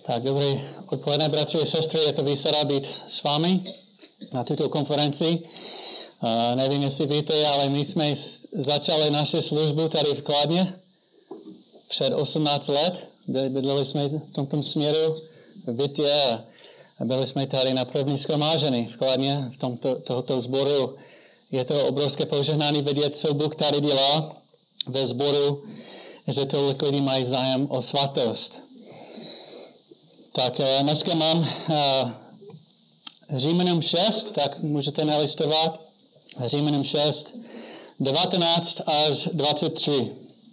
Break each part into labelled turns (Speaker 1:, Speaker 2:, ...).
Speaker 1: Tak dobrý odpoledne, bratři a sestry, je to výsada být s vámi na tuto konferenci. Nevím, jestli víte, ale my jsme začali naši službu tady v Kladně před 18 let. Bydleli jsme v tomto směru v bytě a byli jsme tady na první shromáždění v Kladně, v tohoto sboru. Je to obrovské požehnání vidět, co Bůh tady dělá ve sboru, že tolik lidí mají zájem o svatost. Tak dneska mám Římanům 6, tak můžete nalistovat. Římanům 6, 19 až 23.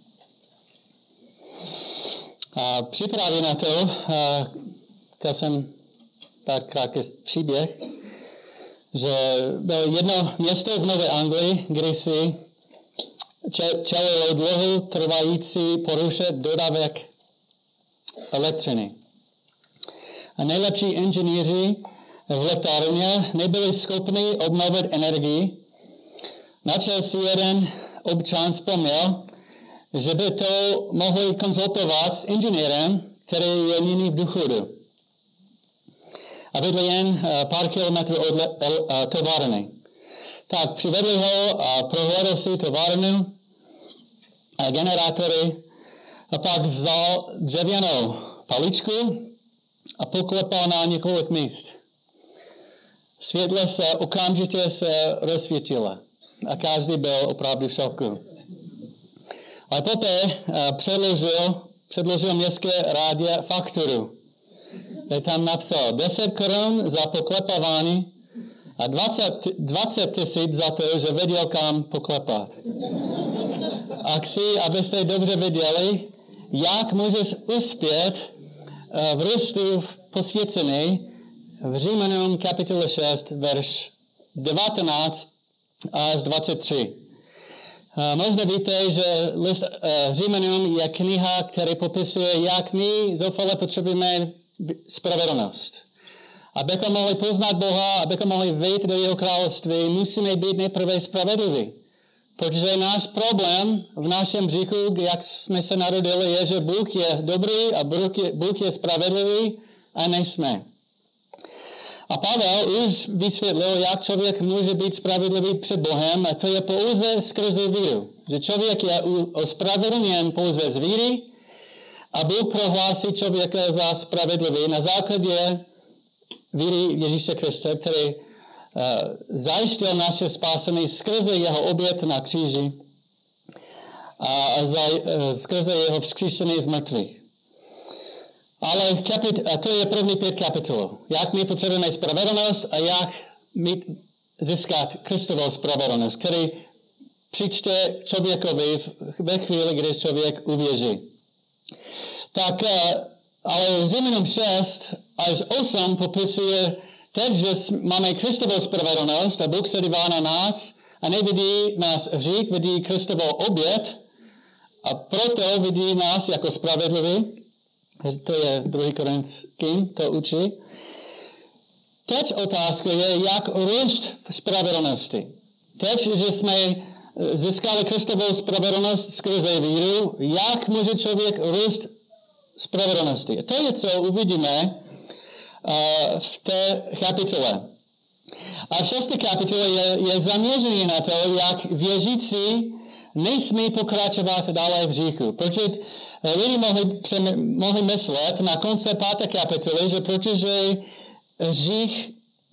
Speaker 1: Připravě na to, chtěl jsem tak krátký příběh, že bylo jedno město v Nové Anglii, kde si čelilo dlouho trvající poruše dodávek elektřiny. A nejlepší inženýři v lékárně nebyli schopni obnovit energii. Načal si jeden občan vzpomněl, že by to mohli konzultovat s inženýrem, který je nyní v důchodu. A bydlí jen pár kilometrů od továrny. Tak přivedli ho a prohlédl si továrnu a generátory a pak vzal dřevěnou paličku a poklepal na několik míst. Světlo se okamžitě rozsvítilo a každý byl opravdu v šoku. Ale poté předložil městské rádě fakturu, kde tam napsal 10 korun za poklepávání a 20 000 za to, že věděl, kam poklepat. A chci, abyste dobře viděli, jak můžeš uspět v růstu posvěcený v Římanům kapitole 6, verš 19 až 23. Možná víte, že list Římanům je kniha, která popisuje, jak my zoufale potřebujeme spravedlnost. Abychom mohli poznat Boha, abychom mohli vejít do jeho království, musíme být nejprve spravedliví. Protože náš problém v našem hříchu, jak jsme se narodili, je, že Bůh je dobrý a Bůh je spravedlivý a nejsme. A Pavel už vysvětlil, jak člověk může být spravedlivý před Bohem, a to je pouze skrze víru. Že člověk je ospravedlněn pouze z víry a Bůh prohlásí člověka za spravedlivý na základě víry Ježíše Krista, který zajištil naše spásení skrze jeho obět na kříži a skrze jeho vzkříšení z mrtvých. Ale to je první 5 kapitol. Jak my potřebujeme spravedlnost a jak získat Kristovou spravedlnost, který přijde člověkovi ve chvíli, kdy člověk uvěří. Tak, ale Římanům 6 až 8 popisuje teď, že máme Kristovou spravedlnost a Bůh se dívá na nás a nevidí nás hřích, vidí Kristovou obět a proto vidí nás jako spravedlivý. To je 2. Korinským, to učí. Teď otázka je, jak růst v spravedlnosti. Teď, že jsme získali Kristovou spravedlnost skrze víru, jak může člověk růst spravedlnosti. To je, co uvidíme v té kapitole. A v 6. kapitole je zaměřený na to, jak věřící nejsme pokračovat dále v hříchu. Protože lidi mohli myslet na konci 5. kapitoly, že protože hřích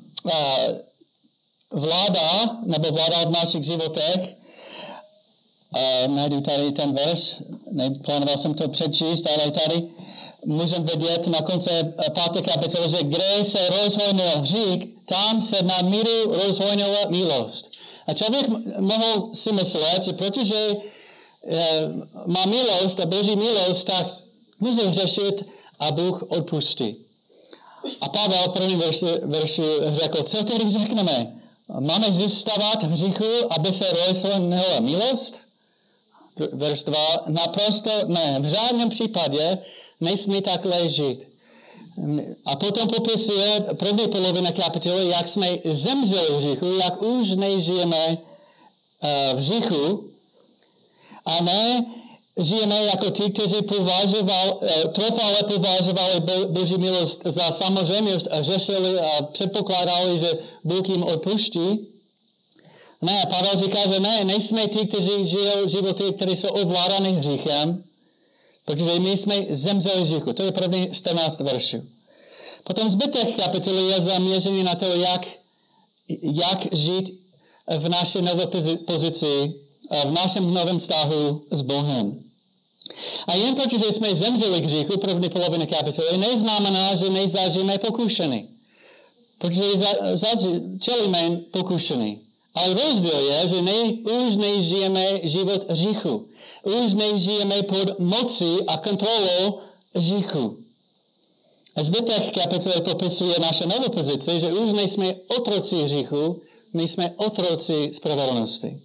Speaker 1: vládá v našich životech, najdu tady ten verš, neplánoval jsem to přečíst, ale tady můžeme vidět na konci 5. kapitoly, že kde se rozhojnul hřích, tam se na míru rozhojnula milost. A člověk mohl si myslet, že protože má milost a Boží milost, tak může řešit a Bůh odpustí. A Pavel v prvním verši řekl, co tedy řekneme? Máme zůstávat v hříchu, aby se rozhojnula milost? Verš 2, naprosto ne, v žádném případě nejsme takhle žít. A potom popisuje první polovina kapitoly, jak jsme zemřeli v hříchu, jak už nežijeme v hříchu, a ne žijeme jako ti, kteří troufale považovali Boží milost za samozřejmost a řešili a předpokládali, že Bůh jim odpustí. Ne, Pavel říká, že ne, nejsme ti, kteří žijou životy, které jsou ovládány hříchem, protože my jsme zemřeli hříchu. To je první 14 veršů. Potom zbytek kapitoly je zaměřený na to, jak žít v naší nové pozici, v našem novém vztahu s Bohem. A jen protože jsme zemřeli k hříchu, první poloviny kapitoly, neznamená, že nezažijeme pokušení. Protože čelíme pokušení. Ale rozdíl je, že už nežijeme život hříchu. Už nežijeme pod mocí a kontrolou hříchu. A zbytek kapitoly popisuje naše novou pozici, že už nejsme otroci hříchu, my jsme otroci spravedlnosti.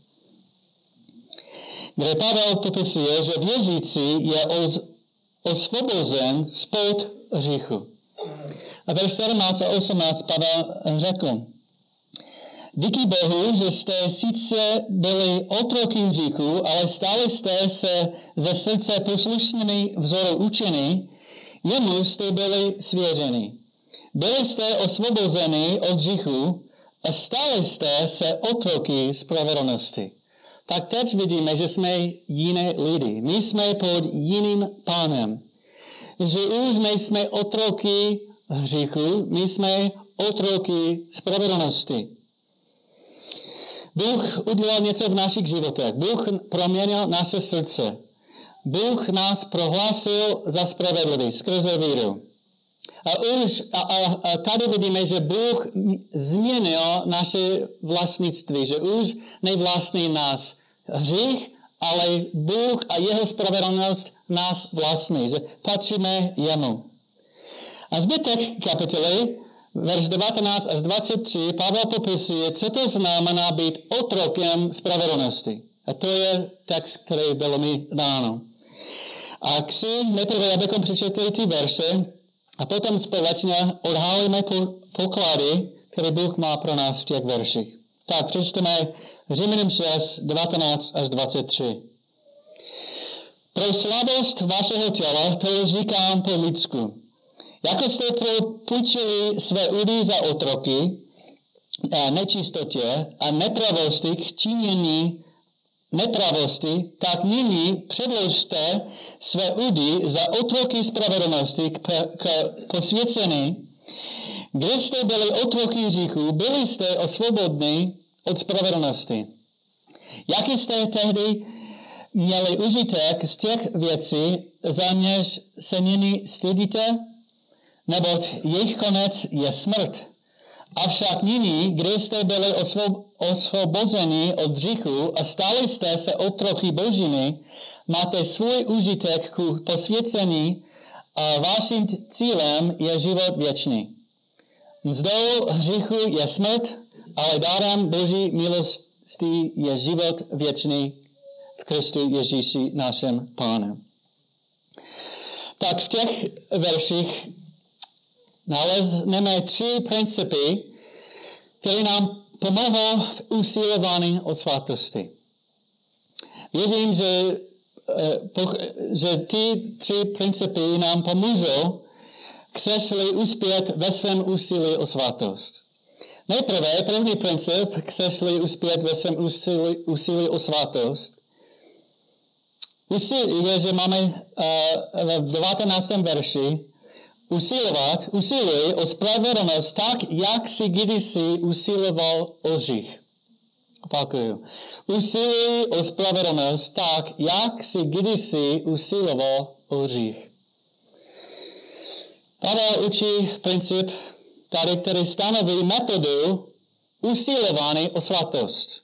Speaker 1: Kde Pavel popisuje, že věřící je osvobozen spod hříchu. A verš 17 a 18 Pavel řekl: Díky Bohu, že jste sice byli otroky hříchu, ale stali jste se ze srdce poslušnými vzoru učení, jemu jste byli svěřeni. Byli jste osvobozeni od hříchu a stali jste se otroky spravedlnosti. Tak teď vidíme, že jsme jiné lidi. My jsme pod jiným pánem. Že už nejsme otroky hříchu, my jsme otroky spravedlnosti. Bůh udělal něco v našich životech. Bůh proměnil naše srdce. Bůh nás prohlásil za spravedlivý skrze víru. A tady vidíme, že Bůh změnil naše vlastnictví, že už nevlastní nás hřích, ale Bůh a jeho spravedlnost nás vlastní, že patříme jemu. A zbytek kapitoly, verš 19 až 23, Pavel popisuje, co to znamená být otrokem spravedlnosti. A to je text, který byl mi dáno. A chci nejprve, abychom přečetli ty verše a potom společně odhalíme poklady, které Bůh má pro nás v těch verších. Tak přečteme Římanům 6, 19 až 23. Pro slabost vašeho těla to říkám po lidsku. Jako jste propůjčili své údy za otroky, nečistotě a nepravosti k činění nepravosti, tak nyní předložte své údy za otroky spravedlnosti k posvěcení. Když jste byli otroky hříchu, byli jste osvobodní od spravedlnosti. Jaký jste tehdy měli užitek z těch věcí, za něž se nyní stydíte? Neboť jejich konec je smrt. Avšak nyní, když jste byli osvobozeni od hříchu a stali jste se otroky božími, máte svůj užitek ku posvěcení a vaším cílem je život věčný. Mzdou hříchu je smrt, ale dárem Boží milosti je život věčný v Kristu Ježíši našem Pánu. Tak v těch verších nalezneme 3 principy, které nám pomohou v usilování o svatosti. Věřím, že ty 3 principy nám pomůžou, chceš-li uspět ve svém úsilí o svatost. Nejprve, první princip, chceš-li uspět ve svém úsilí o svatost, je, že máme v 19. verši usiluj o spravedlnost tak, jak si kdysi usiloval o hřích. Opakuju. Usiluj o spravedlnost tak, jak si kdysi usiloval o hřích. Pavel učí princip, tady, který stanoví metodu usilování o svatost.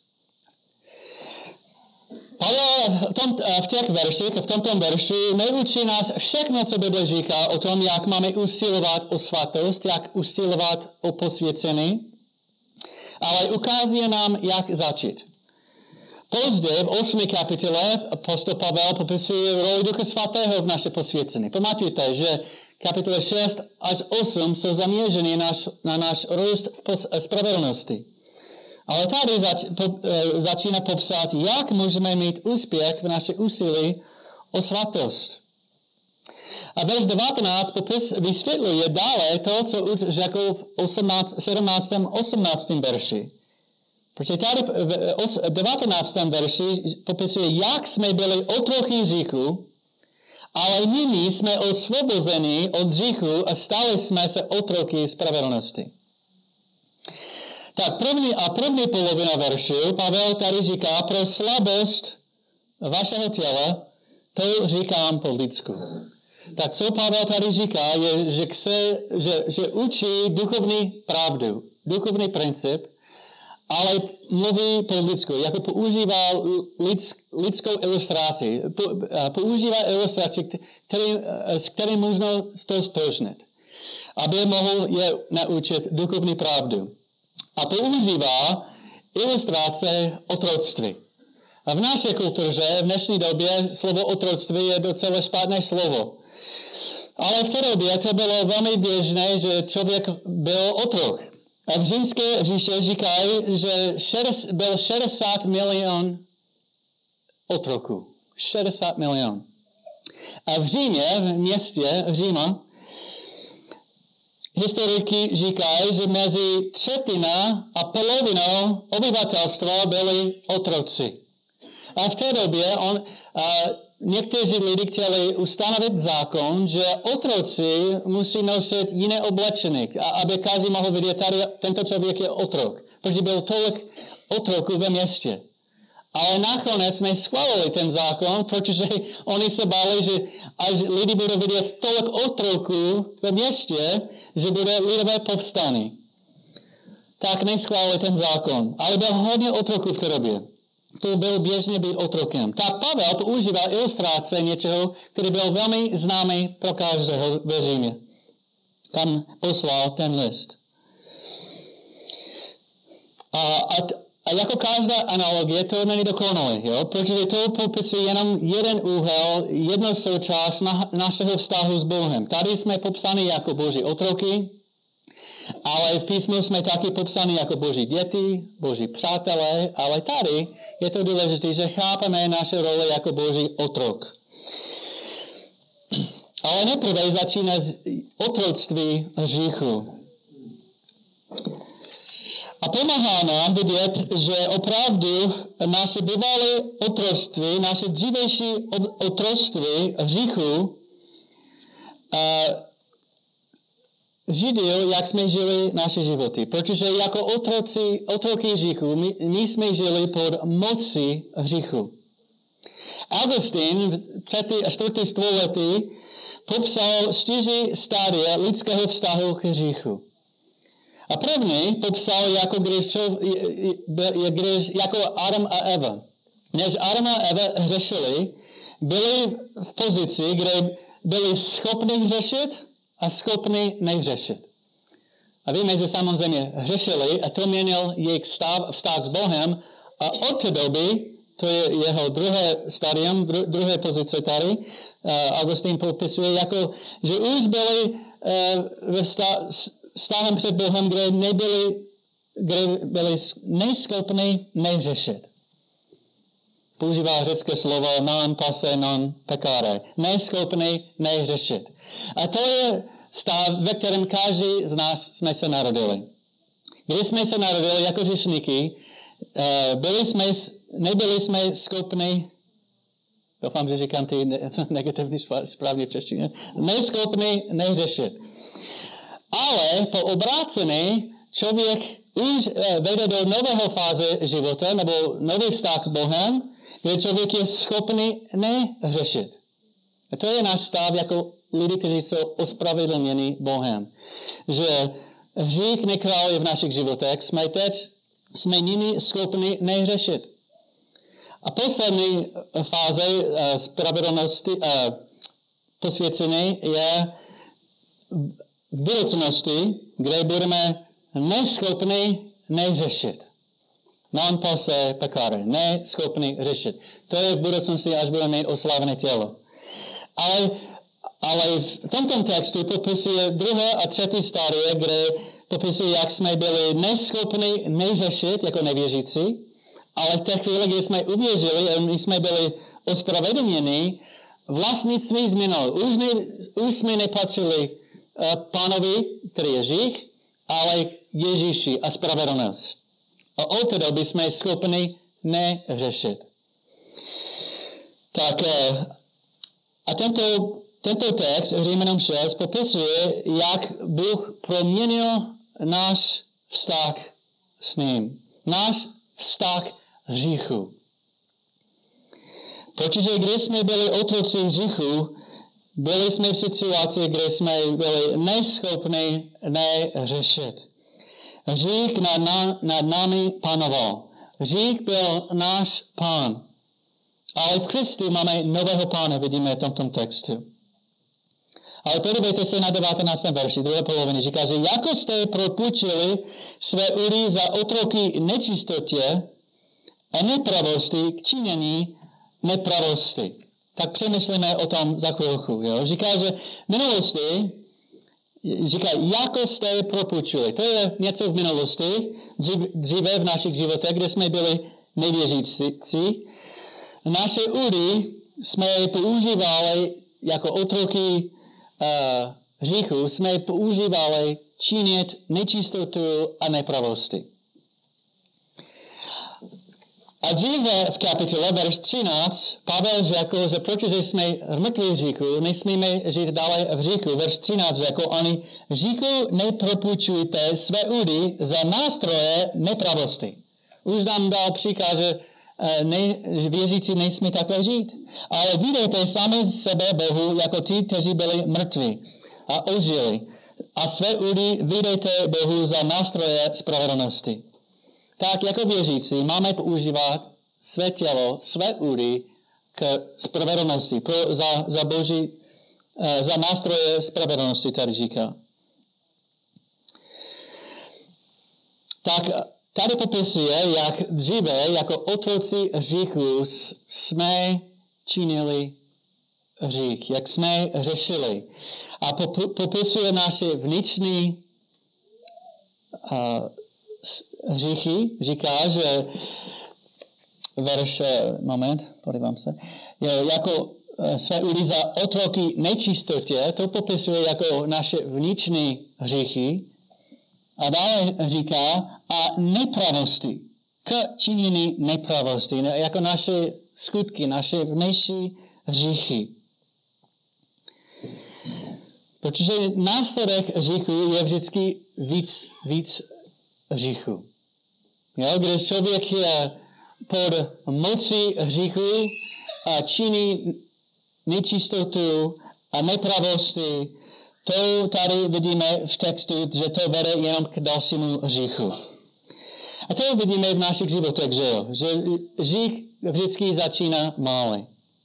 Speaker 1: Pavel v těch verších, v tomto verši neučí nás všechno, co Bible říká o tom, jak máme usilovat o svatost, jak usilovat o posvěcení, ale ukazuje nám, jak začít. Později v 8. kapitole apostol Pavel popisuje roli Ducha Svatého v naše posvěcení. Pamatujte, že kapitoly 6 až 8 jsou zaměřeny na náš růst v spravedlnosti. Ale tady začíná popsat, jak můžeme mít úspěch v naší úsilí o svatost. A verš 19 vysvětluje dále to, co už řekl v 17. 18. verši. Protože tady v 19. verši popisuje, jak jsme byli otroky hříchu, ale nyní jsme osvobozeni od hříchu a stali jsme se otroky spravedlnosti. Tak první polovina veršu Pavel tady říká, pro slabost vašeho těla, to říkám po lidsku. Tak co Pavel tady říká, je, že učí duchovní pravdu, duchovní princip, ale mluví po lidsku, jako používá lidskou ilustraci. Používá ilustraci, s kterým možno to zpožnit, aby mohl je naučit duchovní pravdu. A používá ilustrace otroctví. A v naší kultuře, v dnešní době, slovo otroctví je docela špatné slovo. Ale v té době to bylo velmi běžné, že člověk byl otrok. A v římské říše říkají, že byl 60 milion otroků. 60 milion. A v Římě, v městě Říma, historiky říkají, že mezi třetina a polovinou obyvatelstva byli otroci. A v té době někteří lidi chtěli ustanovit zákon, že otroci musí nosit jiné oblečení, aby každý mohl vidět, tady tento člověk je otrok, protože byl tolik otroků ve městě. Ale nakonec neschválili ten zákon, protože oni se báli, že až lidi budou vidět tolik otroků ve městě, že bude lidové povstání. Tak neschválili ten zákon. Ale byl hodně otroků v té době. To byl běžně být otrokem. Tak Pavel používá ilustrace něčeho, který byl velmi známý pro každého ve Římě. Kam poslal ten list. A jako každá analogie, to není dokonalé, jo? Protože to popisuje jenom jeden úhel, jednu součást našeho vztahu s Bohem. Tady jsme popsáni jako Boží otroky, ale v písmu jsme taky popsáni jako Boží děti, Boží přátelé, ale tady je to důležité, že chápeme naše roli jako Boží otrok. Ale nejprve začíná z otroctví hříchu. A pomáhá nám vidět, že opravdu naše bývalé otroctví, naše dřívější otroctví hříchu řídil, jak jsme žili naše životy. Protože jako otroky hříchu, my jsme žili pod mocí hříchu. Augustín v 3. a 4. století popsal 4 stádia lidského vztahu k hříchu. A první popsal jako Adam a Eva. Než Adam a Eva hřešili, byli v pozici, kde byli schopni hřešit a schopni nehřešit. A víme, že samozřejmě hřešili a to měnil jejich vztah s Bohem a od té doby, to je jeho druhé stadium, druhé pozice tady, Augustín popisuje, jako, že už byli ve vztahem před Bohem, kde byli neschopni neřešit. Používá řecké slovo non posse, non peccare. Neschopni neřešit. A to je stav, ve kterém každý z nás jsme se narodili. Když jsme se narodili jako hříšníky, nebyli jsme schopni, doufám, že říkám ty negativní správně v češtině, neschopni neřešit. Ale po obrácení člověk už vejde do nového fáze života, nebo nový vztah s Bohem, kde člověk je schopný nehřešit. A to je náš stav jako lidi, kteří jsou ospravedlněni Bohem. Že hřích nekráluje v našich životech, jsme nyní schopni nehřešit. A poslední fáze spravedlnosti posvěcení je v budoucnosti, kde budeme neschopni nehřešit. Non posse peccare, neschopni řešit. To je v budoucnosti, až budeme mít oslávené tělo. Ale v tomto textu popisuje druhé a třetí stádie, kde popisuje, jak jsme byli neschopni neřešit jako nevěřící, ale v té chvíli, kdy jsme uvěřili a my jsme byli ospravedlněni, vlastnictví změnilo. Už jsme nepatřili Pánovi, který je hřích, ale Ježíši a spravedlnost. A od té doby jsme schopni nehřešit. Tak a tento text Římanům 6 popisuje, jak Bůh proměnil náš vztah s ním. Náš vztah hříchu. Protože když jsme byli otroci hříchu, byli jsme v situaci, kde jsme byli neschopni nehřešit. Hřích nad námi panoval. Hřích byl náš pán. Ale v Kristu máme nového pána, vidíme v tomto textu. Ale podívejte se na 19. verši, druhé poloviny. Říká, že jako jste propůjčili své údy za otroky nečistotě a nepravosti k činění nepravosti. Tak přemýšlíme o tom za chvilku. Jo? Říká, že v minulosti, jako jste propůjčili. To je něco v minulosti, dříve v našich životech, kde jsme byli nevěřící. Naše údy jsme používali jako otroky hříchu, jsme používali činit nečistotu a nepravosti. A dříve v kapitole, verš 13, Pavel řekl, že protože jsme mrtví v hříchu, nesmíme žít dále v hříchu. Verš 13 řekl, ani hříchu nepropůjčujte své údy za nástroje nepravosti. Už nám dal příkaz, že věřící nejsme takhle žít. Ale vydejte sami sebe Bohu jako ti, kteří byli mrtví a ožili. A své údy vydejte Bohu za nástroje spravedlnosti. Tak jako věřící máme používat své tělo, své údy k spravedlnosti, za nástroje spravedlnosti, tady říká. Tak tady popisuje, jak dříve, jako otroci hříchu, jsme činili hřích, jak jsme řešili. A popisuje naše vnitřní hříchy, říká, že podívám se, jako své údy za otroky nečistotě, to popisuje jako naše vnitřní hříchy. A dále říká, a nepravosti, k činění nepravosti, jako naše skutky, naše vnější hříchy. Protože následek hříchu je vždycky víc hříchu. Když člověk je pod mocí hříchu a činí nečistotu a nepravosti, to tady vidíme v textu, že to vede jenom k dalšímu hříchu. A to vidíme v našich životech, že hřích vždycky začíná malý.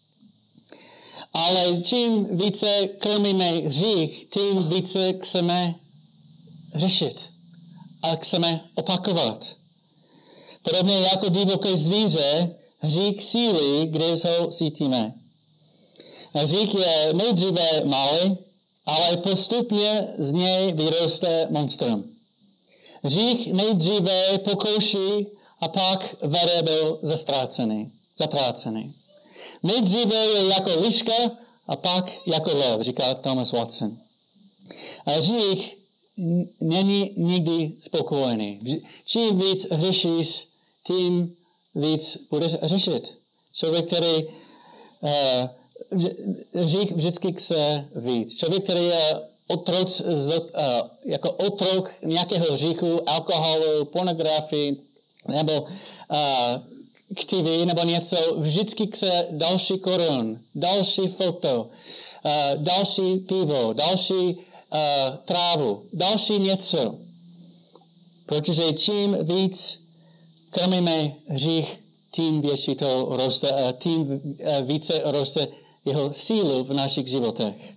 Speaker 1: Ale čím více krmíme hřích, tím více chceme řešit a chceme opakovat. Podobně jako divoké zvíře, hřích sílí, když ho cítíme. Hřích je nejdříve malý, ale postupně z něj vyroste monstrum. Hřích nejdříve pokouší a pak vede do zatrácený. Nejdříve je jako liška a pak jako lev, říká Thomas Watson. A hřích není nikdy spokojený. Čím víc řešíš, tím víc budeš řešit. Člověk, který hřích vždycky chce víc. Člověk, který je jako otrok nějakého hříchu, alkoholu, pornografii nebo ktivy nebo něco, vždycky chce další korun, další foto, další pivo, další trávu, další něco. Protože čím víc krmíme hřích, tím větší to roste a tím více roste jeho sílu v našich životech.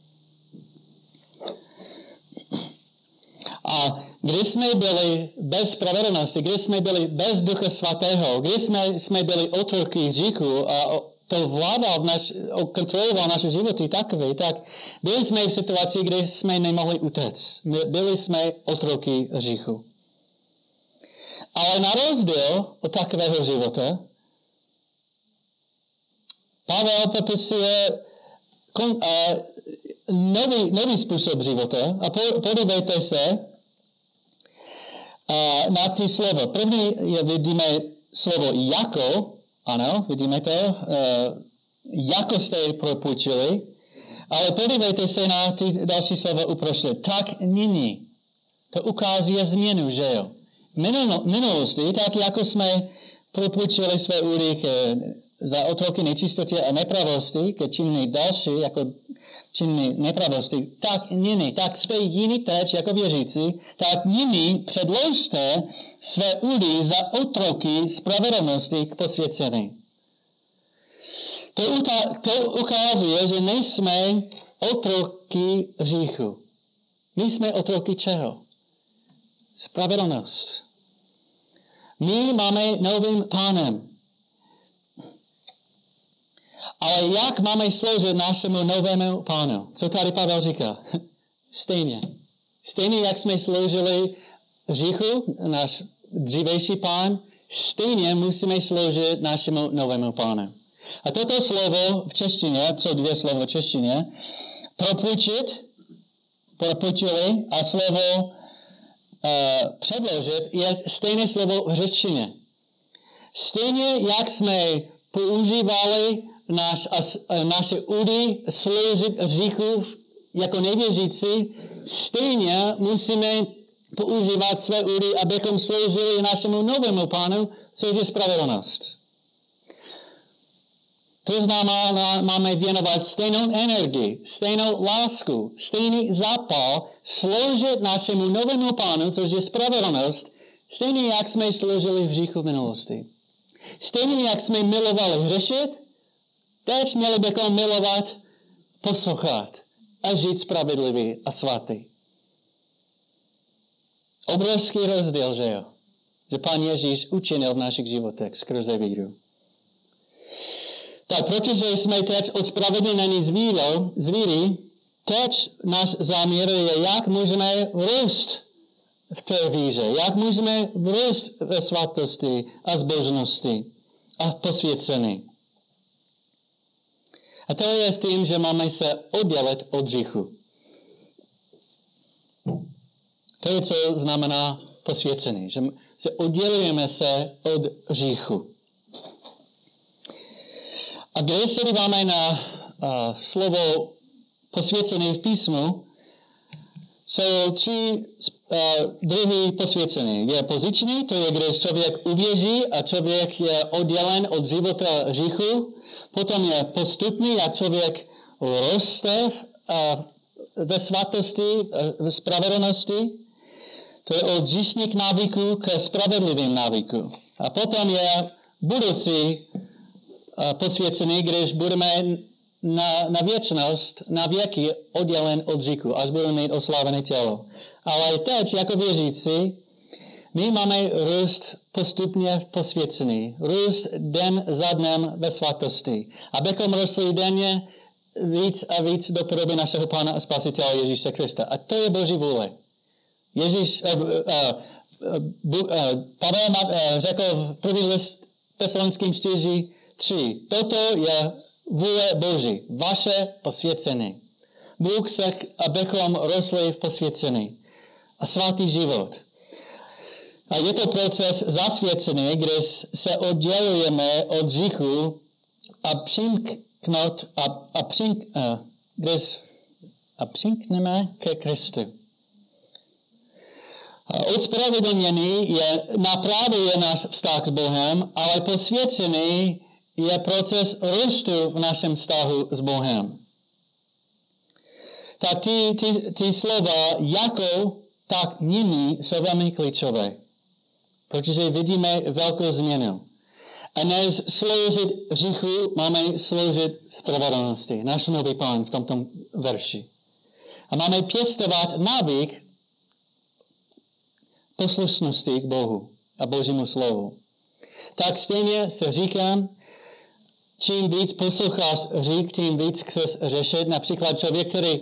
Speaker 1: A když jsme byli bez spravedlnosti, když jsme byli bez Ducha Svatého, když jsme byli otroky hříchu a to kontroloval naše životy takové, tak byli jsme v situaci, kde jsme nemohli utéct. Byli jsme otroky hříchu. Ale na rozdíl od takového života, Pavel popisuje nový způsob života. A podívejte se na ty slova. První vidíme slovo jako, ano, vidíme to, jako jste propůjčili, ale podívejte se na ty další slova uprostřed. Tak nyní. To ukazuje změnu, že jo? Minulosti, tak jako jsme propůjčili své údy za otroky nečistoty a nepravosti, ke činní další, jako činní nepravosti, tak nyní, tak jste jiní teď, jako věřící, tak nyní předložte své údy za otroky spravedlnosti k posvěcení. To ukazuje, že nejsme otroky hříchu. My jsme otroky čeho? Spravedlnost. My máme novým pánem. Ale jak máme sloužit našemu novému pánu? Co tady Pavel říká? Stejně. Stejně, jak jsme sloužili hříchu, náš dřívější pán, stejně musíme sloužit našemu novému pánu. A toto slovo v češtině, co dvě slova v češtině, propůjčili a slovo předložit je stejné slovo v řečtině. Stejně, jak jsme používali naše údy sloužit hříchu jako nevěřící, stejně musíme používat své údy, abychom sloužili našemu novému pánu, což je spravedlnost. To znamená, máme věnovat stejnou energii, stejnou lásku, stejný zápal, sloužit našemu novému pánu, což je spravedlnost, stejně jak jsme sloužili v hříchu v minulosti. Stejně jak jsme milovali hřešit, teď měli bychom milovat, poslouchat a žít spravedlivý a svatý. Obrovský rozdíl, že jo? Že Pán Ježíš učinil v našich životech skrze víru. Tak, protože jsme teď ospravedlněni z víry, teď náš záměr je, jak můžeme růst v té víře, jak můžeme růst ve svatosti a zbožnosti a posvěcení. A to je s tím, že máme se oddělit od hříchu. To je, co znamená posvěcení, že se oddělujeme se od hříchu. A když se díváme na slovo posvěcený v písmu, jsou tři druhy posvěcení. Je poziční, to je, když člověk uvěří a člověk je oddělen od života hříchu. Potom je postupný, jak člověk roste ve svatosti, ve spravedlnosti. To je od hříšných návyků k spravedlivým návykům. A potom je budoucí posvěcený, když budeme na věčnost, na věky oddělen od hříchu, až budeme mít oslávené tělo. Ale teď, jako věřící, my máme růst postupně v posvěcení, růst den za dnem ve svatosti, abychom rostli denně víc a víc do podoby našeho Pána a Spasitele Ježíše Krista. A to je Boží vůle. Pavel řekl v první list Tesalonickým 4:3. Toto je vůle Boží, vaše posvěcení. Bůh chce, abychom rostli v posvěcení a svatý život. A je to proces zasvěcený, kde se oddělujeme od hříchu a přinkneme ke Kristu. Ospravedlněný napravuje náš vztah s Bohem, ale posvěcený je proces růstu v našem vztahu s Bohem. Tak ty slova jako, tak nyní jsou velmi klíčové, protože vidíme velkou změnu. A než sloužit hříchu, máme sloužit spravedlnosti. Náš nový Pán v tomto verši. A máme pěstovat návyk poslušnosti k Bohu a Božímu slovu. Tak stejně se říkám, čím víc posloucháš hřích, tím víc chceš řešit. Například člověk, který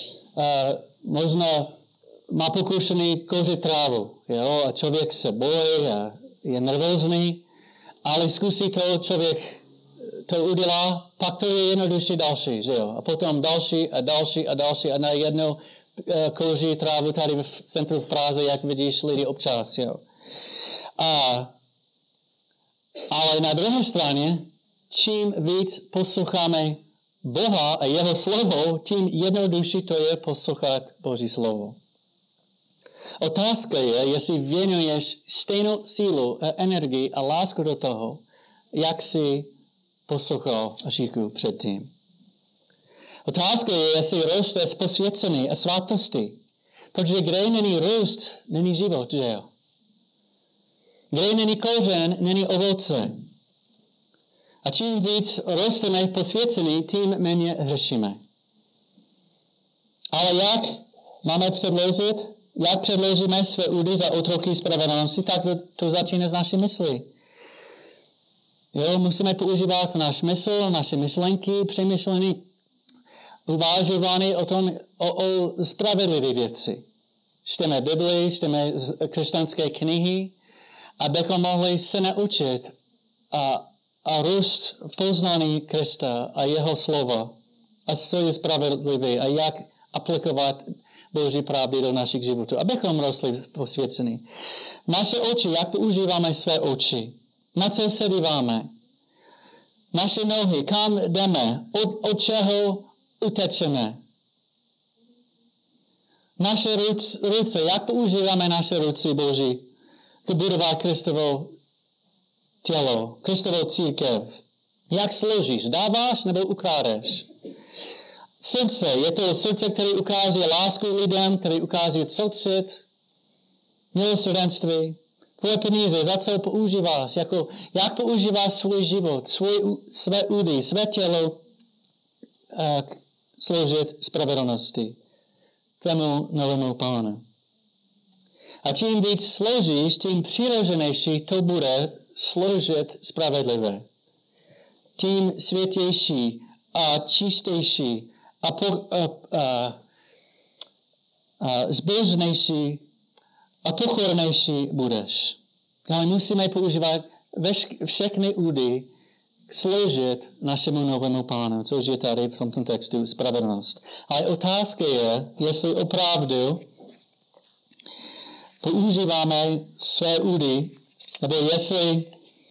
Speaker 1: možná má pokušený kouřit trávu, jo, a člověk se bojí a je nervózní, ale zkusí to člověk to udělá, pak to je jednodušší další, že jo? A potom další a najednou kouří trávu tady v centru v Praze, jak vidíš lidi občas, jo? Ale na druhé straně, čím víc posloucháme Boha a jeho slovo, tím jednodušší to je poslouchat Boží slovo. Otázka je, jestli věnuješ stejnou sílu, energii a lásku do toho, jak jsi poslouchal říchu předtím. Otázka je, jestli roste z posvěcení a svatosti. Protože kde není růst, není život, že jo? Kde není kořen, není ovoce. A čím víc rosteme v posvěcení, tím méně hřešíme. Ale jak máme předložit? Jak předložíme své údy za otroky spravedlnosti, tak to začíná z naší mysli. Jo, musíme používat náš mysl, naše myšlenky, přemýšlení, uvažování o spravedlivé věci. Čteme Bibli, čteme křesťanské knihy, abychom mohli se naučit a růst v poznání Krista a jeho slova. A co je spravedlivé a jak aplikovat Boží pravdy do našich životů, abychom rostli posvěcení. Naše oči, jak používáme své oči? Na co se díváme? Naše nohy, kam jdeme? Od čeho utečeme? Naše ruce, jak používáme naše ruce Boží k budovat Kristovo tělo, Kristovo církev? Jak složíš? Dáváš nebo ukrádeš? Srdce, je to srdce, které ukazuje lásku lidem, které ukazuje soucit, milosrdenství. Tvoje peníze, za co používáš? Jak používáš svůj život, své údy, své tělo sloužit spravedlnosti tvému novému Pánu. A čím víc složíš, tím přirozenější to bude sloužit spravedlivě. Tím světější a čistější a zbožnější a pokornější budeš. Ale musíme používat všechny údy sloužit našemu novému Pánu, což je tady v tomto textu spravedlnost. Ale otázka je, jestli opravdu používáme své údy, nebo jestli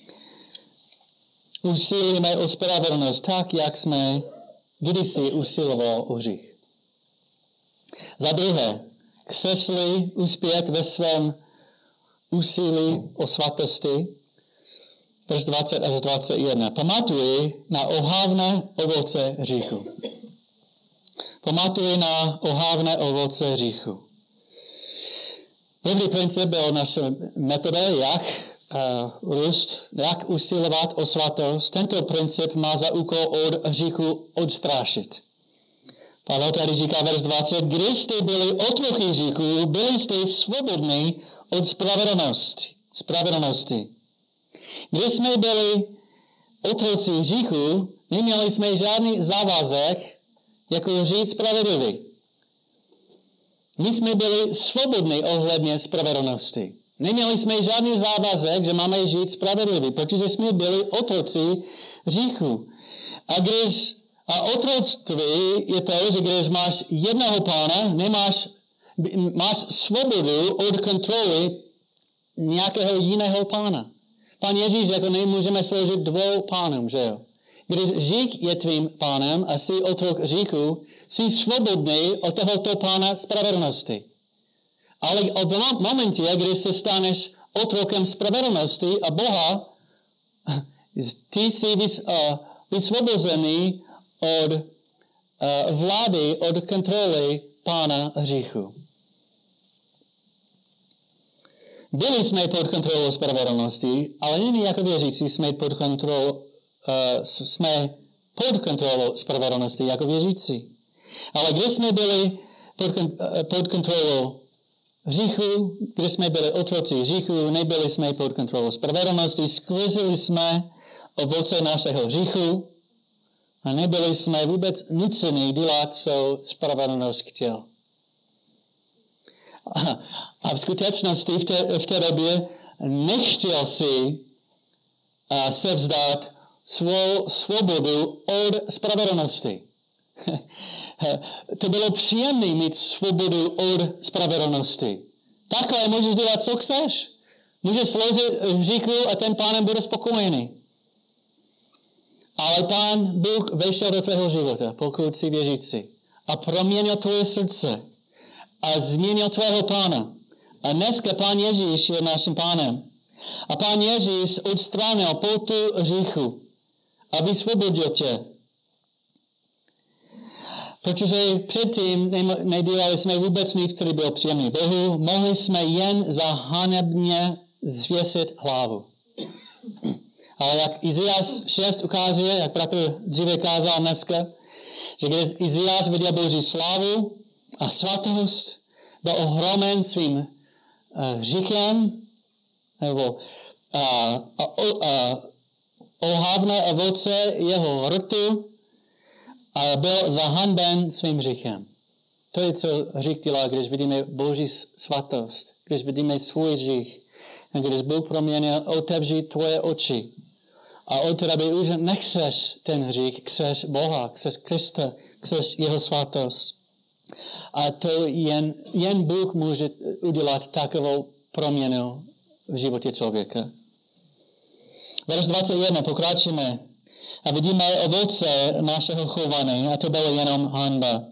Speaker 1: usilujeme o spravedlnost tak, jak jsme kdysi usiloval o hřích. Za druhé, chceš-li uspět ve svém úsilí o svatosti, verš 20 až 21. Pamatuj na ohavné ovoce hříchu. Pamatuj na ohavné ovoce hříchu. První princip byl naše metoda, jak růst, jak usilovat o svatost. Tento princip má za úkol od hříchu odstrášit. Pavel tady říká verš 20, když jste byli otroky hříchu, byli jste svobodní od spravedlnosti. Když jsme byli otroci hříchu, neměli jsme žádný závazek, jako žít spravedlivý. My jsme byli svobodní ohledně spravedlnosti. Neměli jsme žádný závazek, že máme žít spravedlivě, protože jsme byli otroci hříchu. A otroctví je to, že když máš jednoho pána, máš svobodu od kontroly nějakého jiného pána. Pán Ježíš řekl, nemůžeme sloužit dvou pánům, že jo? Když hřích je tvým pánem a jsi otrok hříchu, jsi svobodný od tohoto pána spravedlnosti. Ale v momentě, kdy se staneš otrokem spravedlnosti a Boha, ty jsi vysvobozený od vlády, od kontroly pána hříchu. Byli jsme pod kontrolou spravedlnosti, ale nyní jako věřící jsme pod kontrolou spravedlnosti jako věřící. Ale když jsme byli pod kontrolou hříchu, když jsme byli otroci hříchu, nebyli jsme pod kontrolou spravedlnosti, sklízeli jsme ovoce našeho hříchu a nebyli jsme vůbec nuceni dělat, co spravedlnost chtěl. A v skutečnosti v té době nechtěl si se vzdát svou svobodu od spravedlnosti. To bylo příjemné mít svobodu od spravedlnosti. Takhle můžeš dělat, co chceš. Můžeš sloužit hříchu a ten Pánem bude spokojený. Ale Pán Bůh vešel do tvého života, pokud jsi věřící. A proměnil tvoje srdce. A změnil tvého Pána. A dneska Pán Ježíš je naším Pánem. A Pán Ježíš odstránil pokutu hříchu. A vysvobodil tě. Protože předtím nedělali jsme vůbec nic, který byl příjemný Bohu. Mohli jsme jen zahanebně zvěsit hlavu. Ale jak Izajáš 6 ukazuje, jak bratr dříve kázal dneska, že když Izajáš viděl Boží slávu a svatost, byl ohromen svým hříchem, nebo ohavné ovoce jeho rtu, a byl zahanben svým hříchem. To je, co hřích dělá, když vidíme Boží svatost, když vidíme svůj hřích. A když Bůh proměnil, otevří tvoje oči. A od té doby už nechceš ten hřích, chceš Boha, chceš Krista, chceš jeho svatost. A to jen Bůh může udělat takovou proměnu v životě člověka. Verš 21, pokračujeme. A vidíme ovoce našeho chování, a to bylo jenom hanba.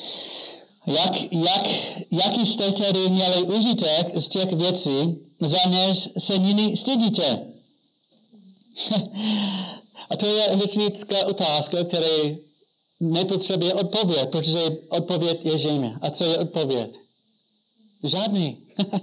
Speaker 1: Jaký jste tedy měli užitek z těch věcí, za něž se nyní stydíte? A to je řečnická otázka, která nepotřebuje odpověď, protože odpověď je zřejmě. A co je odpověď? Žádný.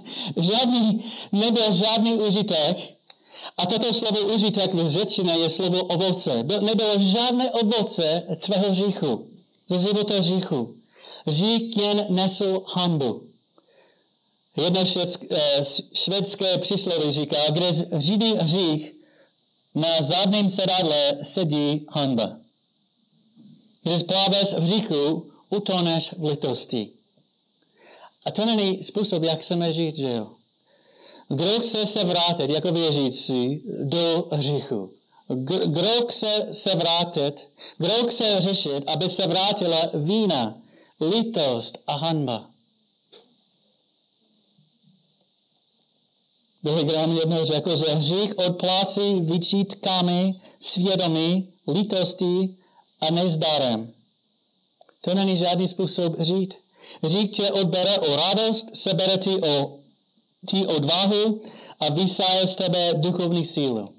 Speaker 1: Nebyl žádný užitek. A toto slovo užitek v řečtině je slovo ovoce. Nebylo žádné ovoce tvého hříchu, ze života hříchu. Hřích jen nesl hanbu. Jedno švédské přísloví říká, když řídí hřích, na zadním sedadle sedí hanba. Když pláváš v hříchu, utoneš v litosti. A to není způsob, jak chceme žít, že jo? Kdo chce se vrátit jako věřící do hříchu? Kdo chce se vrátit? Kdo chce řešit, aby se vrátila vína, litost a hanba? Billy Graham jednou řekl, že hřích odplácí výčitkami, svědomí, litostí a nezdarem. To není žádný způsob žít. Hřích tě odbere o radost, sebere ti odvahu a vysáje z tebe duchovní sílu.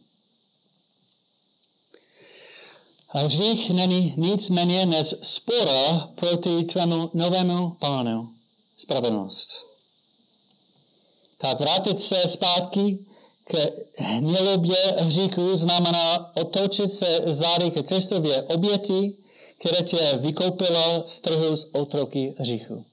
Speaker 1: A hřích není nic méně než spora proti tvému novému Pánu, spravedlnost. Tak vrátit se zpátky k hnilobě hříchu znamená otočit se zády ke Kristově oběti, které tě vykoupilo z trhu z otroky hříchu.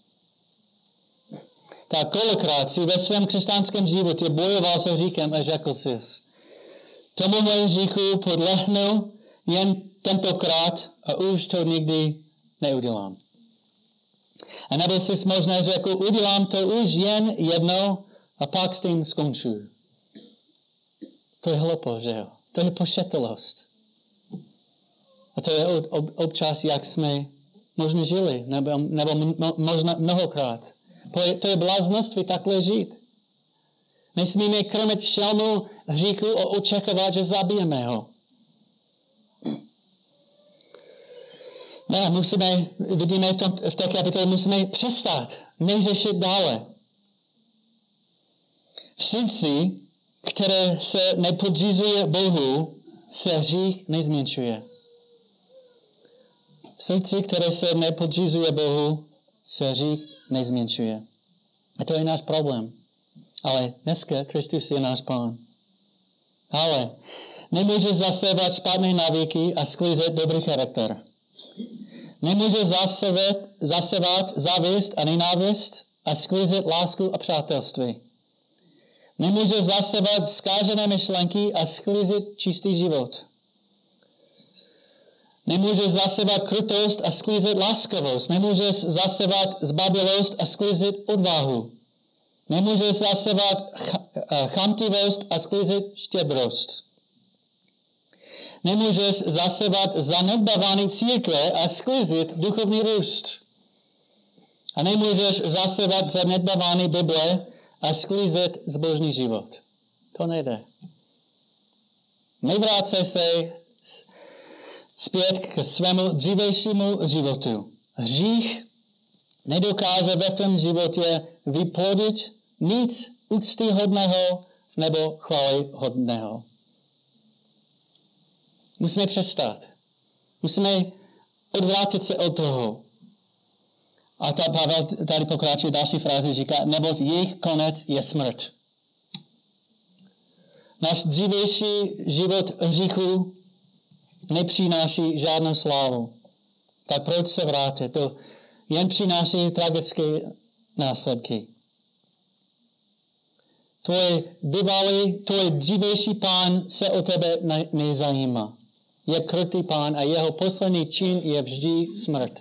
Speaker 1: Tak kolikrát si ve svém křesťanském životě bojoval se hříchem a řekl jsi, tomuhle hříchu podlehnu jen tentokrát a už to nikdy neudělám. A nebo jsi možná řekl, udělám to už jen jednou a pak s tím skončuji. To je hloupost, že jo? To je pošetelost. A to je občas, jak jsme možná žili, nebo možná mnohokrát. To je bláznoství takhle žít. Nesmíme krmit šelmu hříchu a očekávat, že zabijeme ho. Ne, vidíme v té kapitole, musíme přestat, neřešit dále. V srdci, které se nepodřizuje Bohu, se hřích nezmenšuje. V srdci, které se nepodřizuje Bohu, se hřích nezmenšuje. A to je náš problém. Ale dneska Kristus je náš Pán. Ale nemůže zasevat špatné návyky a sklízet dobrý charakter. Nemůže zasevat závist a nenávist a sklízet lásku a přátelství. Nemůže zasevat zkážené myšlenky a sklízet čistý život. Nemůže zasevat krutost a sklízet láskavost. Nemůže zasevat zbabělost a sklízet odvahu. Nemůže zasevat chamtivost a sklízet štědrost. Nemůžeš zasebat zanedbávání církve a sklizit duchovní růst. A nemůžeš zasebat zanedbávání Bible a sklizet zbožný život. To nejde. Nevrácej se zpět k svému dřívějšímu životu. Hřích nedokáže ve tvém životě vyplodit nic úctyhodného nebo chvályhodného. Musíme přestat. Musíme odvrátit se od toho. A Pavel tady pokračuje další frázi, říká, neboť jejich konec je smrt. Náš dřívější život hříchu nepřináší žádnou slávu. Tak proč se vrátit? To jen přináší tragické následky. Tvoj dřívější pán se o tebe nezajímá. Je krutý pán a jeho poslední čin je vždy smrt.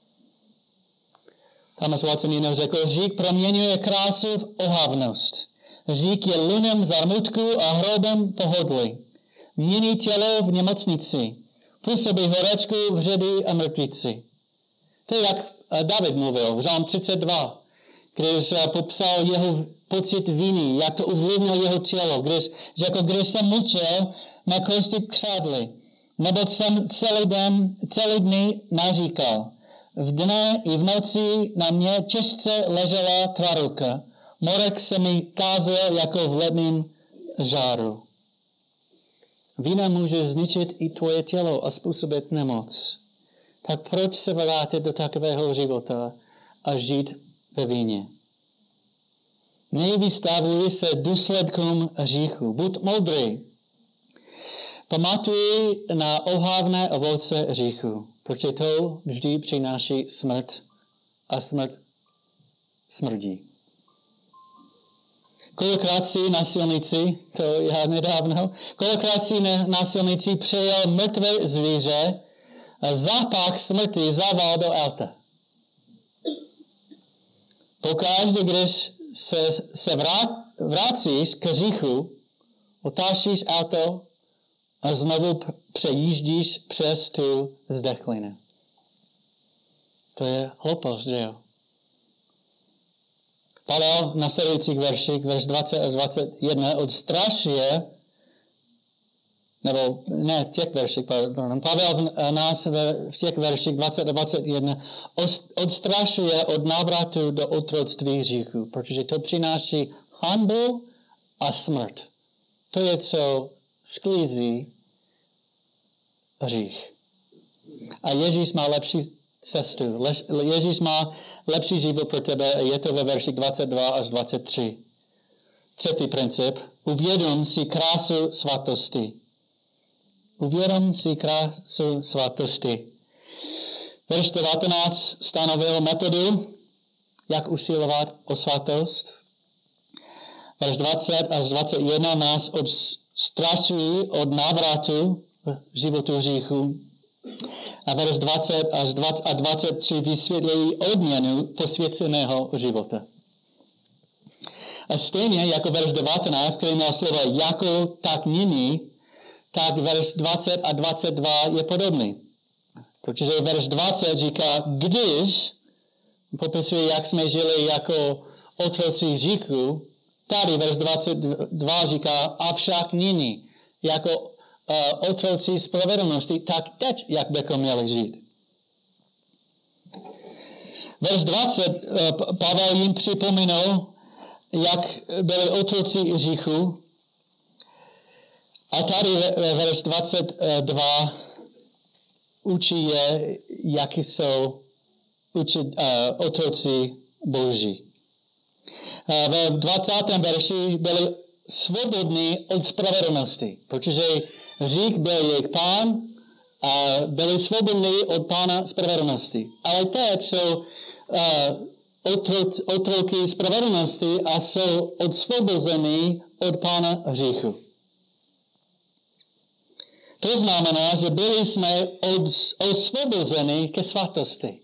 Speaker 1: Thomas Watson jinou řekl, hřích proměňuje krásu v ohavnost. Hřích je lunem zarmutku a hrobem pohodlí. Mění tělo v nemocnici. Působí horečku, vředy a mrtvici. To je, jak David mluvil v Žalm 32, když popsal jeho pocit viny, jak to ovlivnilo jeho tělo, když jsem mlčel, na kosti křádly, neboť jsem celý dny naříkal. V dne i v noci na mě těžce ležela tvá ruka. Morek se mi kázal jako v ledném žáru. Vína může zničit i tvoje tělo a způsobit nemoc. Tak proč se vrátit do takového života a žít ve víně? Nevystavuj se důsledkům hříchu. Buď moudrý. Pamatuj na ohavné ovoce hříchu, protože to vždy přináší smrt a smrt smrdí. Kolikrát si na silnici, to já nedávno, kolikrát si na silnici přejel mrtvé zvíře a zápach smrti zaval do auta. Pokaždé, když se vracíš k hříchu, otáčíš auto a znovu přejíždíš přes tu zdechlinu. To je hloupost, že jo? Pavel v následujících verších, verš 20 a 21, odstrašuje, nebo ne, těch verších, pardon, Pavel nás v těch verších 20 a 21 odstrašuje od návratu do otroctví hříchu, protože to přináší hanbu a smrt. To je, co sklízí hřích. A Ježíš má lepší cestu. Ježíš má lepší život pro tebe. Je to ve verších 22 až 23. Třetí princip. Uvědom si krásu svatosti. Uvědom si krásu svatosti. Verš 19 stanovil metodu, jak usilovat o svatost. Verš 20 až 21 nás odstrašují od návratu v životu hříchu. A verš 20 až 23 vysvětlují odměnu posvěceného života. A stejně jako verš 19, který měl slova jako tak nyní, tak verš 20 a 22 je podobný. Protože verš 20 říká, když, popisuje, jak jsme žili jako otroci hříchu, tady verš 22 říká, avšak nyní, jako otroci spravedlnosti, tak teď, jak bychom měli žít. Verš 20, Pavel jim připomínal, jak byli otroci hříchu. A tady verš 22 učí je, jaký jsou otroci Boží. Ve 20. verši byli svobodní od spravedlnosti, protože hřích byl jejich pán a byli svobodní od pána spravedlnosti. Ale teď jsou otroky spravedlnosti a jsou odsvobození od pána hříchu. To znamená, že byli jsme osvobozeni ke svatosti.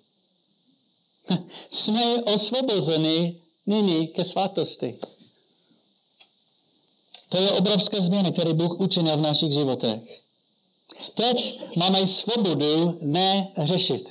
Speaker 1: Jsme osvobozeni nyní ke svatosti. To je obrovská změna, kterou Bůh učinil v našich životech. Teď máme svobodu neřešit.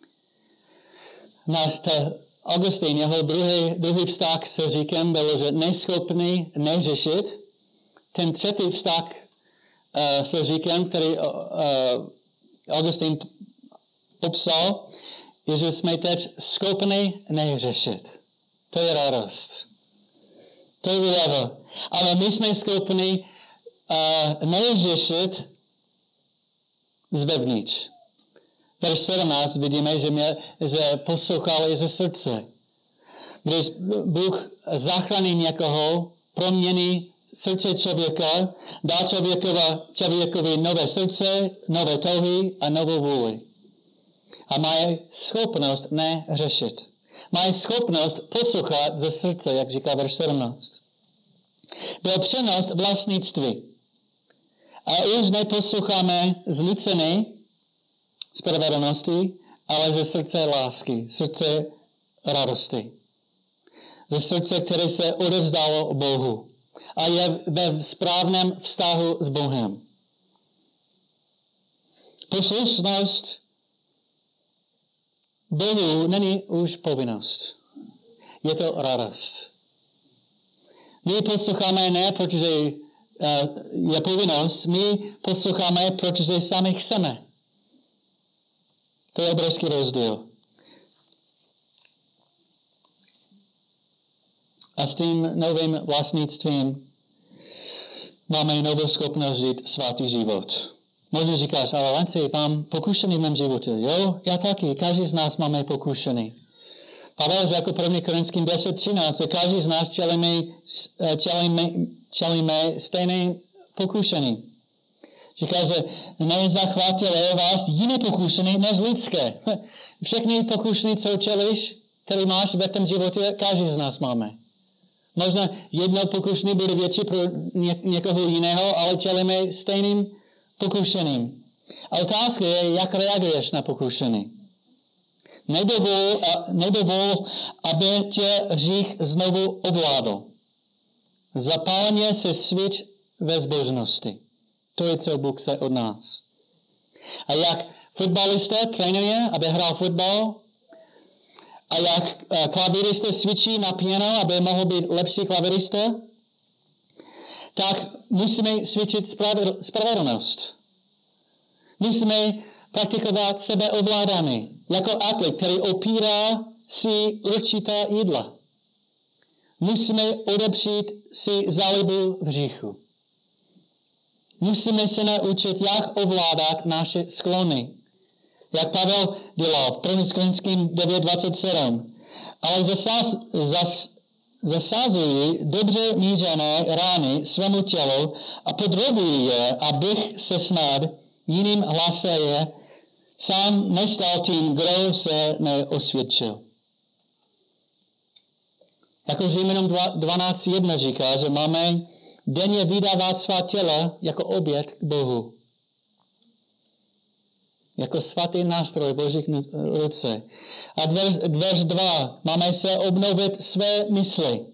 Speaker 1: Augustín, jeho druhý vztah s říkem byl, že neschopný neřešit. Ten třetí vztah s říkem, který Augustín popsal, je, že jsme teď schopni neřešit. To je radost. To je úleva. Ale my jsme schopni neřešit zvevnitř. Verš 17 vidíme, že poslouchali ze srdce. Když Bůh zachrání někoho, promění srdce člověka, dá člověkovi nové srdce, nové touhy a novou vůli. A mají schopnost neřešit. Mají schopnost poslouchat ze srdce, jak říká verš 17. Byl přenos vlastnictví. A už neposloucháme z nuceny, spravedlnosti, ale ze srdce lásky, srdce radosti. Ze srdce, které se odevzdalo Bohu a je ve správném vztahu s Bohem. Poslušnost Bohu není už povinnost. Je to radost. My posloucháme ne, protože je povinnost, my posloucháme, protože sami chceme. To je obrovský rozdíl. A s tím novým vlastnictvím máme novou schopnost žít svatý život. Možná říkáš, ale Lenci, mám pokušený v mém životě. Jo, já taky. Každý z nás máme pokušený. Pavel řekl 1. Korinským 10:13, že každý z nás čelíme stejné pokušení. Říká, že nezachvátilo vás jiné pokušení než lidské. Všechny pokušení, co čelíš, které máš ve tom životě, každý z nás máme. Možná jedno pokušení bude větší pro někoho jiného, ale čelíme stejným pokušením. A otázka je, jak reaguješ na pokušení. Nedovol, aby tě hřích znovu ovládl. Zapálně se svěť ve zbožnosti. To je, co Bůh chce od nás. A jak fotbalista trénuje, aby hrál fotbal, a jak klavirista cvičí na piano, aby mohl být lepší klavirista, tak musíme cvičit spravedlnost. Musíme praktikovat sebeovládání. Jako atlet, který opírá si určitá jídla. Musíme odepřít si zálibu v hříchu. Musíme se naučit, jak ovládat naše sklony. Jak Pavel dělal v 1. Korinským 9:27. Ale zasazují dobře mířené rány svému tělu a podrobují je, abych se snad jiným hlaseje sám nestal tím, kdo se neosvědčil. Jako Římanům 12:1 říká, že máme denně vydávat svá těla jako oběť k Bohu. Jako svatý nástroj Božích ruce. A verš 2. Máme se obnovit své mysli.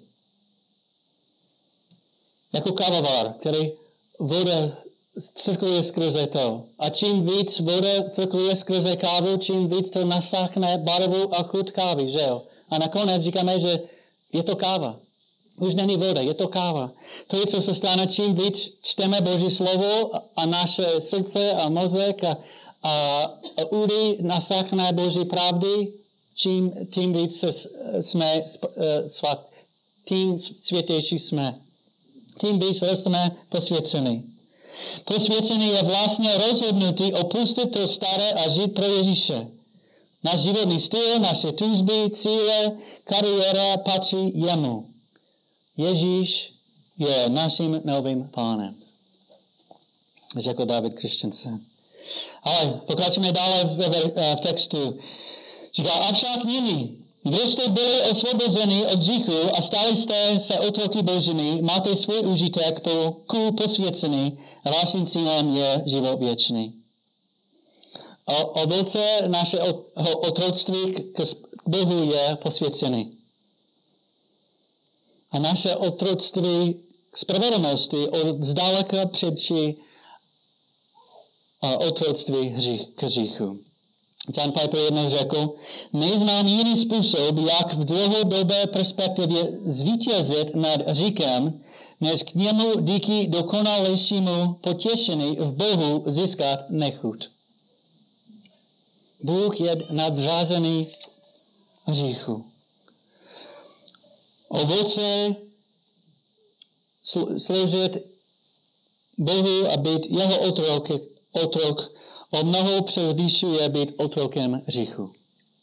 Speaker 1: Jako kavovar, který voda cirkuluje skrze to. A čím víc voda cirkuluje skrze kávu, čím víc to nasáhne barvu a chuť kávy, že jo? A nakonec říkáme, že je to káva. Už není voda, je to káva. To je, co se stane, čím víc čteme Boží slovo a naše srdce a mozek a údy nasáhne Boží pravdy, tím víc jsme tím světější jsme. Tím víc jsme posvěceni. Posvěcení je vlastně rozhodnutí opustit to staré a žít pro Ježíše. Náš životní styl, naše tužby, cíle, kariéra patří jemu. Ježíš je naším novým pánem. Jako David Christensen. Ale pokračujeme dále v textu. Říká, avšak nyní, když jste byli osvobozeni od hříchu a stali jste se otroky Božími, máte svůj užitek ku posvěcení a vaším cílem je život věčný. Ovoce našeho otroctví k Bohu je posvěcený. A naše otroctví k spravedlnosti od zdaleka předčí otroctví k hříchu. John Piper jednou řekl, neznám jiný způsob, jak v dlouhodobé perspektivě zvítězit nad hříchem, než k němu díky dokonalejšímu potěšení v Bohu získat nechuť. Bůh je nadřazený hříchu. Ovoce sloužit Bohu a být jeho otrok o mnoho převyšuje být otrokem hříchu.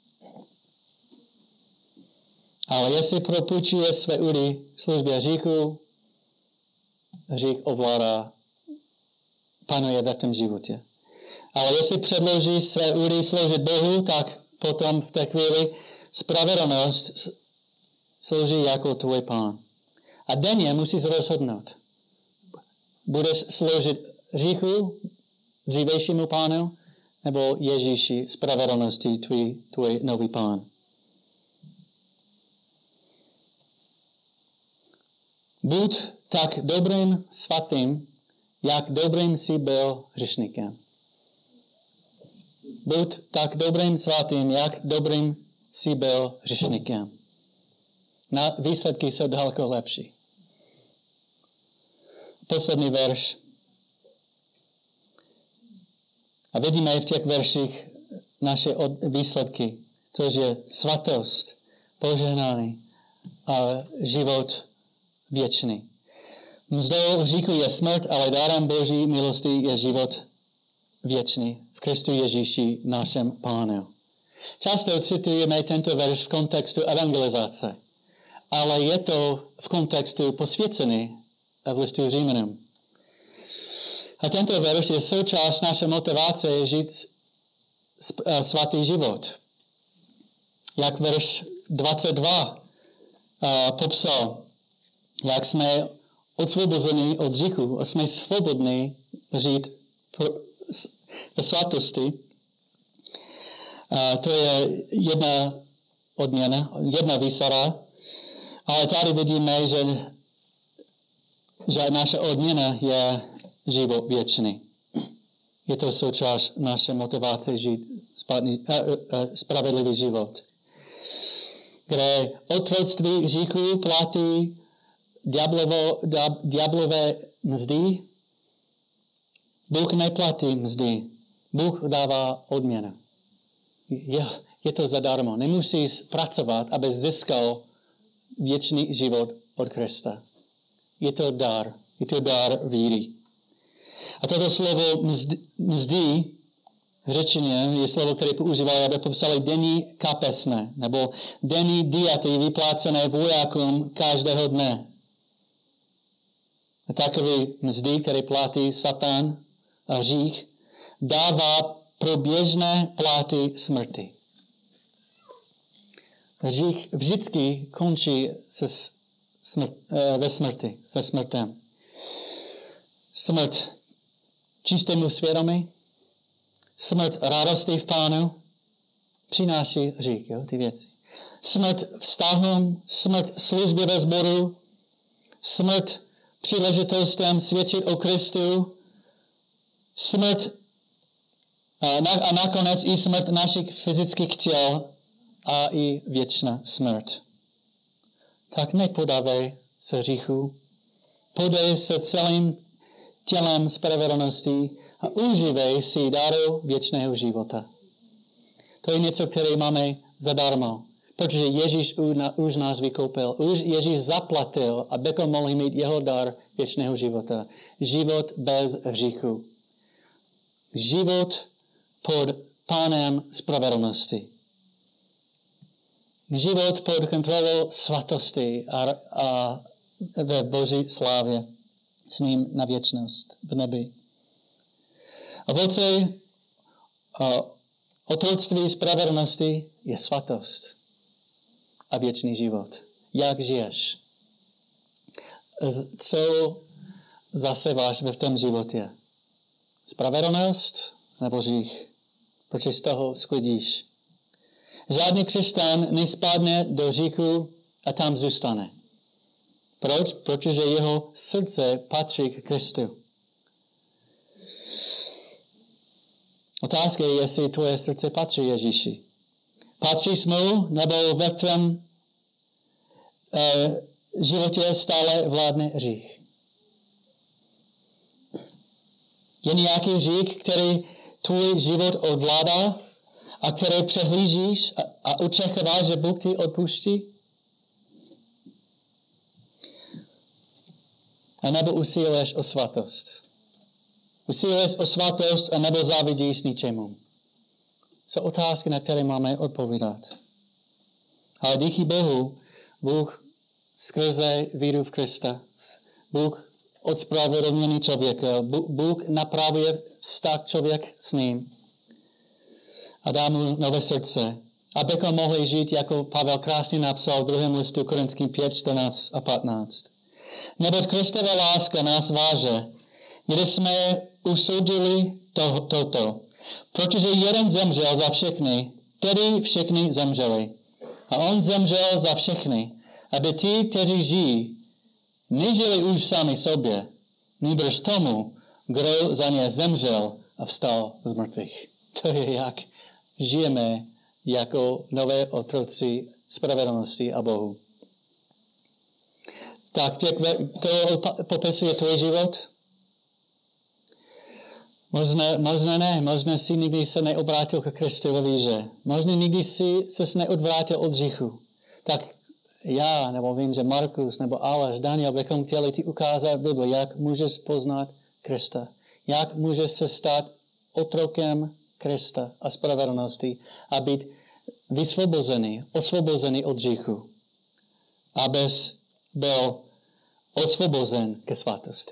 Speaker 1: Ale jestli propůjčuje své údy službě hříchu, hřích ovládá, panuje v tom životě. Ale jestli předloží své údy sloužit Bohu, tak potom v té chvíli spravedlnost slouží jako tvůj pán. A denně musíš rozhodnout. Budeš sloužit hříchu, dřívějšímu pánu, nebo Ježíši spravedlnosti, tvůj nový pán. Buď tak dobrým svatým, jak dobrým jsi byl hřešníkem. Buď tak dobrým svatým, jak dobrým jsi byl hřešníkem. Výsledky jsou daleko lepší. Poslední verš. A vidíme v těch verších naše výsledky, což je svatost, požehnání a život věčný. Mzdou hříchu je smrt, ale dárem Boží milosti je život věčný v Kristu Ježíši, našem Pánu. Často citujeme tento verš v kontextu evangelizace, ale je to v kontextu posvěcení v listu Římanům. A tento verš je součást naše motivace žít svatý život. Jak verš 22 popsal, jak jsme osvobozeni od hříchu a jsme svobodní žít ve svatosti. To je jedna odměna, jedna výsada. Ale tady vidíme, že naše odměna je život věčný. Je to součást naše motivace žít spravedlivý život. Kde otroctví hříchu platí ďáblové mzdy, Bůh neplatí mzdy. Bůh dává odměnu. Je to zadarmo. Nemusíš pracovat, aby získal věčný život od Krista. Je to dar. Je to dar víry. A toto slovo mzdy v řečtině je slovo, které používají, aby popsali denní kapesné, nebo denní diety vyplácené vojákům každého dne. A takový mzdy, které platí Satan a hřích, dává pro běžné platy smrti. Hřích vždycky končí ve smrti, se smrtem. Smrt čistému svědomí, smrt radosti v Pánu přináší hřích, ty věci. Smrt vztahům, smrt službě ve sboru, smrt příležitostem svědčit o Kristu, smrt a nakonec i smrt našich fyzických těl a i věčná smrt. Tak nepodávej se hříchu, podej se celým tělem spravedlnosti a užívej si daru věčného života. To je něco, které máme zadarmo, protože Ježíš už nás vykoupil, už Ježíš zaplatil, abychom mohli mít jeho dar věčného života. Život bez hříchu. Život pod Pánem spravedlnosti. Život pod kontrolou svatosti a ve Boží slávě s ním na věčnost v nebi. Ovoce otroctví spravedlnosti je svatost a věčný život. Jak žiješ? Co zaseváš v tom životě? Spravedlnost nebo hřích? Proč z toho sklidíš? Žádný křesťan nespadne do hříchu a tam zůstane. Proč? Protože jeho srdce patří k Kristu. Otázka je, jestli tvoje srdce patří Ježíši. Patříš mu, nebo ve tvém životě stále vládne hřích? Je nějaký hřích, který tvůj život ovládá a který přehlížíš a očekáváš, že Bůh ti odpustí? A nebo usiluješ o svatost? Usiluješ o svatost a nebo závidíš ničemu? Jsou otázky, na které máme odpovídat. Ale díky Bohu, Bůh skrze víru v Krista, Bůh odspravedlněný člověka, Bůh napravuje vztah člověk s ním a dá mu nové srdce, abychom mohli žít, jako Pavel krásně napsal v 2. listu Korinským 5, 14 a 15. Neboť Kristova láska nás váže, když jsme usoudili toto. Protože jeden zemřel za všechny, tedy všichni zemřeli. A on zemřel za všechny, aby ti, kteří žijí, nežili už sami sobě, nýbrž tomu, kdo za ně zemřel a vstal z mrtvých. To je, jak žijeme jako nové otroci spravedlnosti a Bohu. Tak to popisuje tvůj život? Možná ne, možná si nikdy se neobrátil ke Kristu ve víře. Možná nikdy si se neodvrátil od hříchu. Tak já, nebo vím, že Markus, nebo Aleš, Daniel, bychom chtěli ti ukázat v Bibli, jak můžeš poznat Krista. Jak můžeš se stát otrokem Krista a spravedlnosti a být osvobozený od hříchu. Abys byl osvobozen ke svatosti.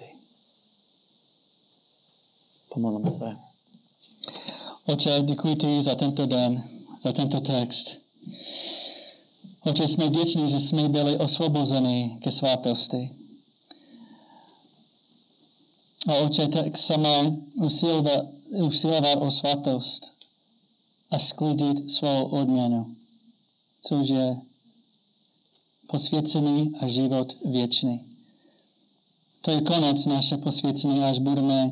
Speaker 1: Pomodlíme se. Otče, děkuji ti za tento den, za tento text. Otče, jsme vděční, že jsme byli osvobozeni ke svátosti. A Otče, tak sama usilovat o svatost a sklidit svou odměnu, což je posvěcený a život věčný. To je konec naše posvěcení, až budeme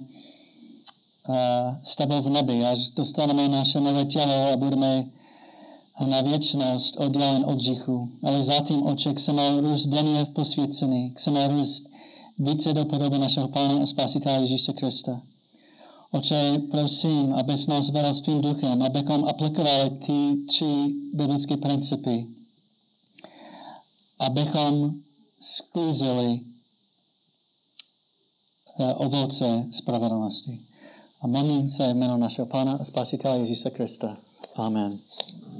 Speaker 1: s tebou v nebi, až dostaneme naše nové tělo a budeme na věčnost oddělen od hříchu. Ale zatím, Otče, chceme růst denně v posvěcení, chceme růst více do podoby našeho Pána a Spasitele Ježíše Krista. Otče, prosím, abys nás vedl s tvým duchem, abychom aplikovali ty 3 biblické principy, abychom sklízeli ovoce spravedlnosti. A modlím se jméno našeho Pána a Spasitele Ježíše Krista. Amen.